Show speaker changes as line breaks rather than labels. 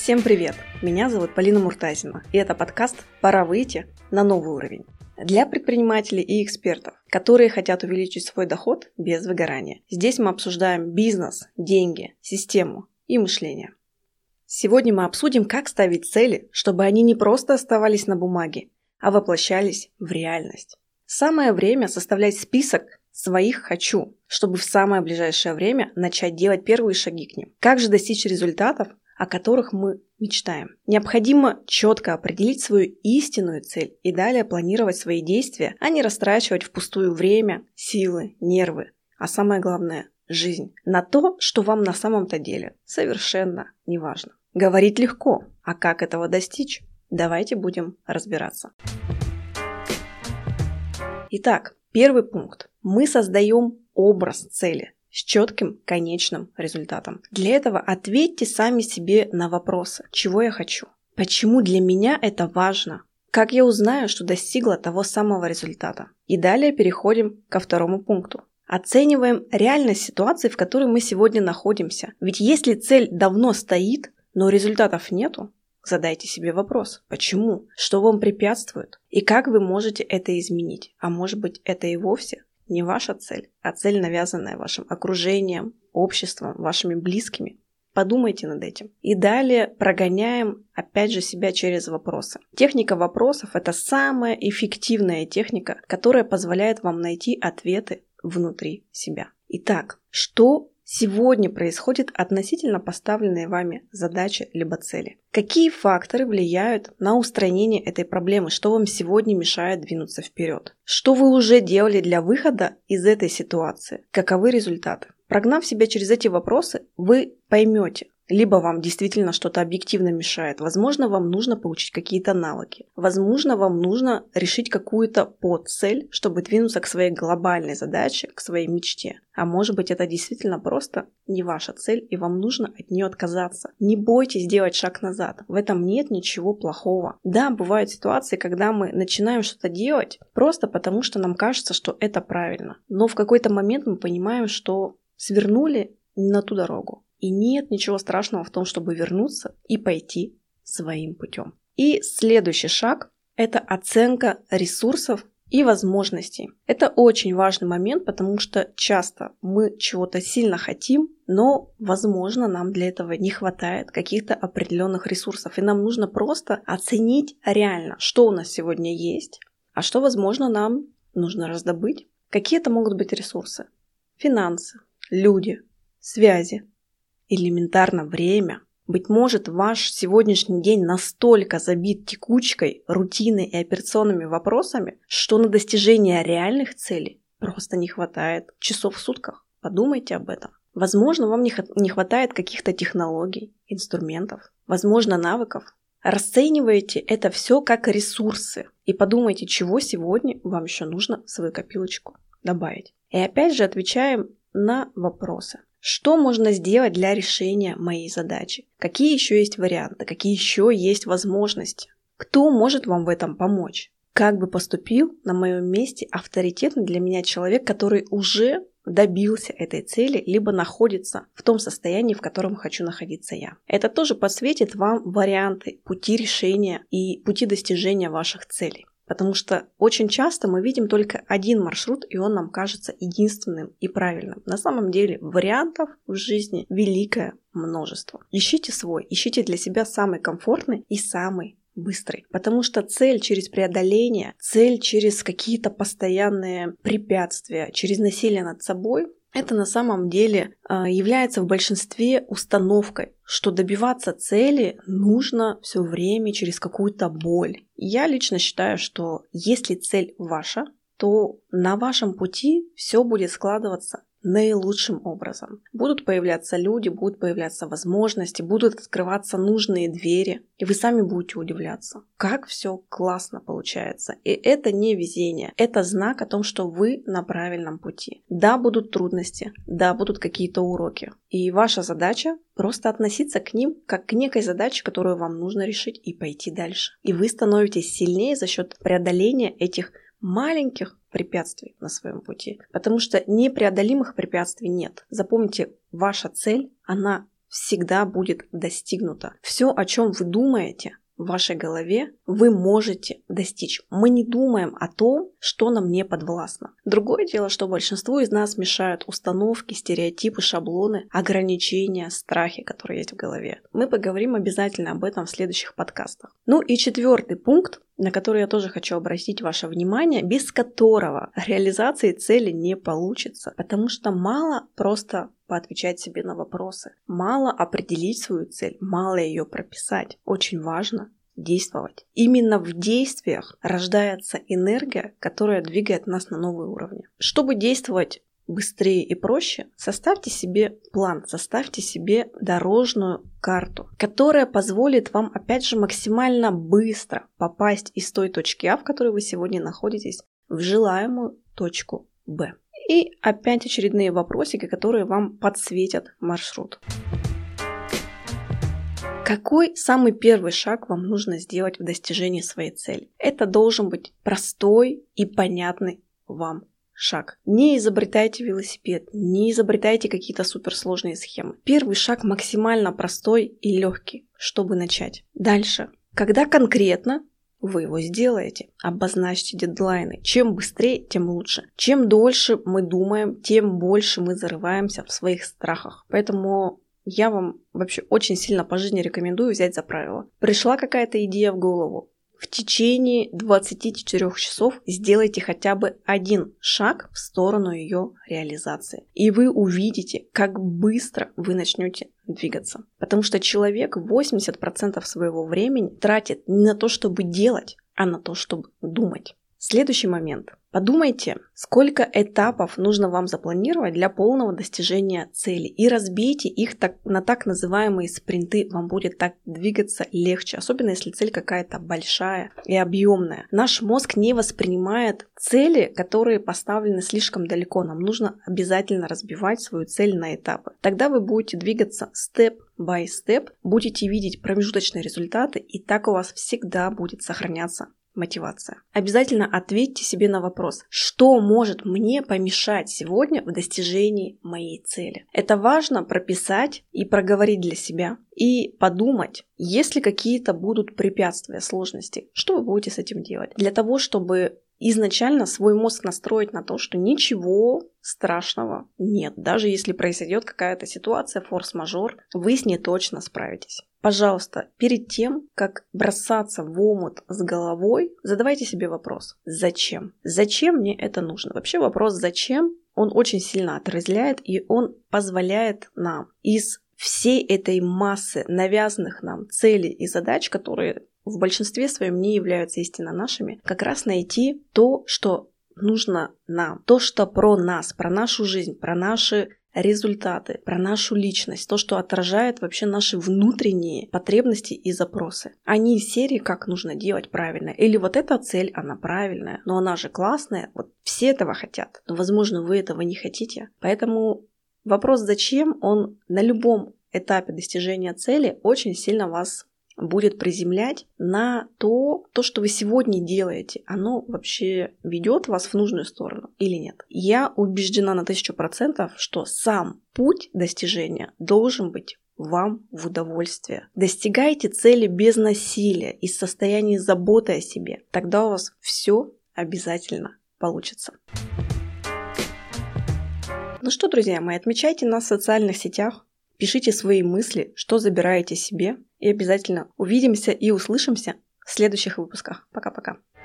Всем привет! Меня зовут Полина Муртазина, и это подкаст «Пора выйти на новый уровень» для предпринимателей и экспертов, которые хотят увеличить свой доход без выгорания. Здесь мы обсуждаем бизнес, деньги, систему и мышление. Сегодня мы обсудим, как ставить цели, чтобы они не просто оставались на бумаге, а воплощались в реальность. Самое время составлять список своих «хочу», чтобы в самое ближайшее время начать делать первые шаги к ним. Как же достичь результатов, о которых мы мечтаем? Необходимо четко определить свою истинную цель и далее планировать свои действия, а не растрачивать впустую время, силы, нервы, а самое главное – жизнь на то, что вам на самом-то деле совершенно не важно. Говорить легко, а как этого достичь? Давайте будем разбираться. Итак, первый пункт. Мы создаем образ цели с четким конечным результатом. Для этого ответьте сами себе на вопросы. Чего я хочу? Почему для меня это важно? Как я узнаю, что достигла того самого результата? И далее переходим ко второму пункту. Оцениваем реальность ситуации, в которой мы сегодня находимся. Ведь если цель давно стоит, но результатов нету, задайте себе вопрос. Почему? Что вам препятствует? И как вы можете это изменить? А может быть, это и вовсе не ваша цель, а цель, навязанная вашим окружением, обществом, вашими близкими. Подумайте над этим. И далее прогоняем, опять же, себя через вопросы. Техника вопросов – это самая эффективная техника, которая позволяет вам найти ответы внутри себя. Итак, что сегодня происходит относительно поставленной вами задачи либо цели? Какие факторы влияют на устранение этой проблемы? Что вам сегодня мешает двинуться вперед? Что вы уже делали для выхода из этой ситуации? Каковы результаты? Прогнав себя через эти вопросы, вы поймете, либо вам действительно что-то объективно мешает, возможно, вам нужно получить какие-то навыки, возможно, вам нужно решить какую-то подцель, чтобы двинуться к своей глобальной задаче, к своей мечте. А может быть, это действительно просто не ваша цель, и вам нужно от нее отказаться. Не бойтесь делать шаг назад, в этом нет ничего плохого. Да, бывают ситуации, когда мы начинаем что-то делать просто потому, что нам кажется, что это правильно. Но в какой-то момент мы понимаем, что свернули не на ту дорогу. И нет ничего страшного в том, чтобы вернуться и пойти своим путем. И следующий шаг – это оценка ресурсов и возможностей. Это очень важный момент, потому что часто мы чего-то сильно хотим, но, возможно, нам для этого не хватает каких-то определенных ресурсов. И нам нужно просто оценить реально, что у нас сегодня есть, а что, возможно, нам нужно раздобыть. Какие это могут быть ресурсы? Финансы, люди, связи. Элементарно время. Быть может, ваш сегодняшний день настолько забит текучкой, рутиной и операционными вопросами, что на достижение реальных целей просто не хватает часов в сутках. Подумайте об этом. Возможно, вам не хватает каких-то технологий, инструментов, возможно, навыков. Расценивайте это все как ресурсы и подумайте, чего сегодня вам еще нужно в свою копилочку добавить. И опять же отвечаем на вопросы. Что можно сделать для решения моей задачи? Какие еще есть варианты? Какие еще есть возможности? Кто может вам в этом помочь? Как бы поступил на моем месте авторитетный для меня человек, который уже добился этой цели, либо находится в том состоянии, в котором хочу находиться я? Это тоже подсветит вам варианты, пути решения и пути достижения ваших целей. Потому что очень часто мы видим только один маршрут, и он нам кажется единственным и правильным. На самом деле вариантов в жизни великое множество. Ищите свой, ищите для себя самый комфортный и самый быстрый. Потому что цель через преодоление, цель через какие-то постоянные препятствия, через насилие над собой – это на самом деле является в большинстве установкой, что добиваться цели нужно все время через какую-то боль. Я лично считаю, что если цель ваша, то на вашем пути все будет складываться наилучшим образом. Будут появляться люди, будут появляться возможности, будут открываться нужные двери, и вы сами будете удивляться, как все классно получается. И это не везение, это знак о том, что вы на правильном пути. Да, будут трудности, да, будут какие-то уроки. И ваша задача просто относиться к ним как к некой задаче, которую вам нужно решить и пойти дальше. И вы становитесь сильнее за счет преодоления этих маленьких препятствий на своем пути, потому что непреодолимых препятствий нет. Запомните, ваша цель, она всегда будет достигнуто. Все, о чем вы думаете в вашей голове, вы можете достичь. Мы не думаем о том, что нам не подвластно. Другое дело, что большинству из нас мешают установки, стереотипы, шаблоны, ограничения, страхи, которые есть в голове. Мы поговорим обязательно об этом в следующих подкастах. Ну и 4-й пункт, на который я тоже хочу обратить ваше внимание, без которого реализации цели не получится, потому что мало просто поотвечать себе на вопросы, мало определить свою цель, мало ее прописать. Очень важно действовать. Именно в действиях рождается энергия, которая двигает нас на новые уровни. Чтобы действовать быстрее и проще, составьте себе план, составьте себе дорожную карту, которая позволит вам, опять же, максимально быстро попасть из той точки А, в которой вы сегодня находитесь, в желаемую точку Б. И опять очередные вопросики, которые вам подсветят маршрут. Какой самый первый шаг вам нужно сделать в достижении своей цели? Это должен быть простой и понятный вам шаг. Не изобретайте велосипед, не изобретайте какие-то суперсложные схемы. Первый шаг максимально простой и легкий, чтобы начать. Дальше. Когда конкретно вы его сделаете, обозначьте дедлайны. Чем быстрее, тем лучше. Чем дольше мы думаем, тем больше мы зарываемся в своих страхах. Поэтому я вам вообще очень сильно по жизни рекомендую взять за правило. Пришла какая-то идея в голову. В течение 24 часов сделайте хотя бы один шаг в сторону ее реализации. И вы увидите, как быстро вы начнете двигаться. Потому что человек 80% своего времени тратит не на то, чтобы делать, а на то, чтобы думать. Следующий момент. Подумайте, сколько этапов нужно вам запланировать для полного достижения цели, и разбейте их на так называемые спринты. Вам будет так двигаться легче, особенно если цель какая-то большая и объемная. Наш мозг не воспринимает цели, которые поставлены слишком далеко. Нам нужно обязательно разбивать свою цель на этапы. Тогда вы будете двигаться степ by step, будете видеть промежуточные результаты, и так у вас всегда будет сохраняться мотивация. Обязательно ответьте себе на вопрос, что может мне помешать сегодня в достижении моей цели. Это важно прописать и проговорить для себя, и подумать, если какие-то будут препятствия, сложности, что вы будете с этим делать. Для того, чтобы изначально свой мозг настроить на то, что ничего страшного нет. Даже если произойдет какая-то ситуация, форс-мажор, вы с ней точно справитесь. Пожалуйста, перед тем, как бросаться в омут с головой, задавайте себе вопрос: зачем? Зачем мне это нужно? Вообще вопрос «зачем?» он очень сильно отрезвляет, и он позволяет нам из всей этой массы навязанных нам целей и задач, которые в большинстве своем не являются истинно нашими, как раз найти то, что нужно нам, то, что про нас, про нашу жизнь, про наши результаты, про нашу личность, то, что отражает вообще наши внутренние потребности и запросы. А не из серии «как нужно делать правильно» или «вот эта цель, она правильная, но она же классная, вот все этого хотят, но, возможно, вы этого не хотите». Поэтому вопрос «зачем?» он на любом этапе достижения цели очень сильно вас будет приземлять на то, что вы сегодня делаете, оно вообще ведет вас в нужную сторону или нет. Я убеждена на 1000%, что сам путь достижения должен быть вам в удовольствие. Достигайте цели без насилия, из состояния заботы о себе. Тогда у вас все обязательно получится. Ну что, друзья мои, отмечайте нас в социальных сетях. Пишите свои мысли, что забираете себе, и обязательно увидимся и услышимся в следующих выпусках. Пока-пока.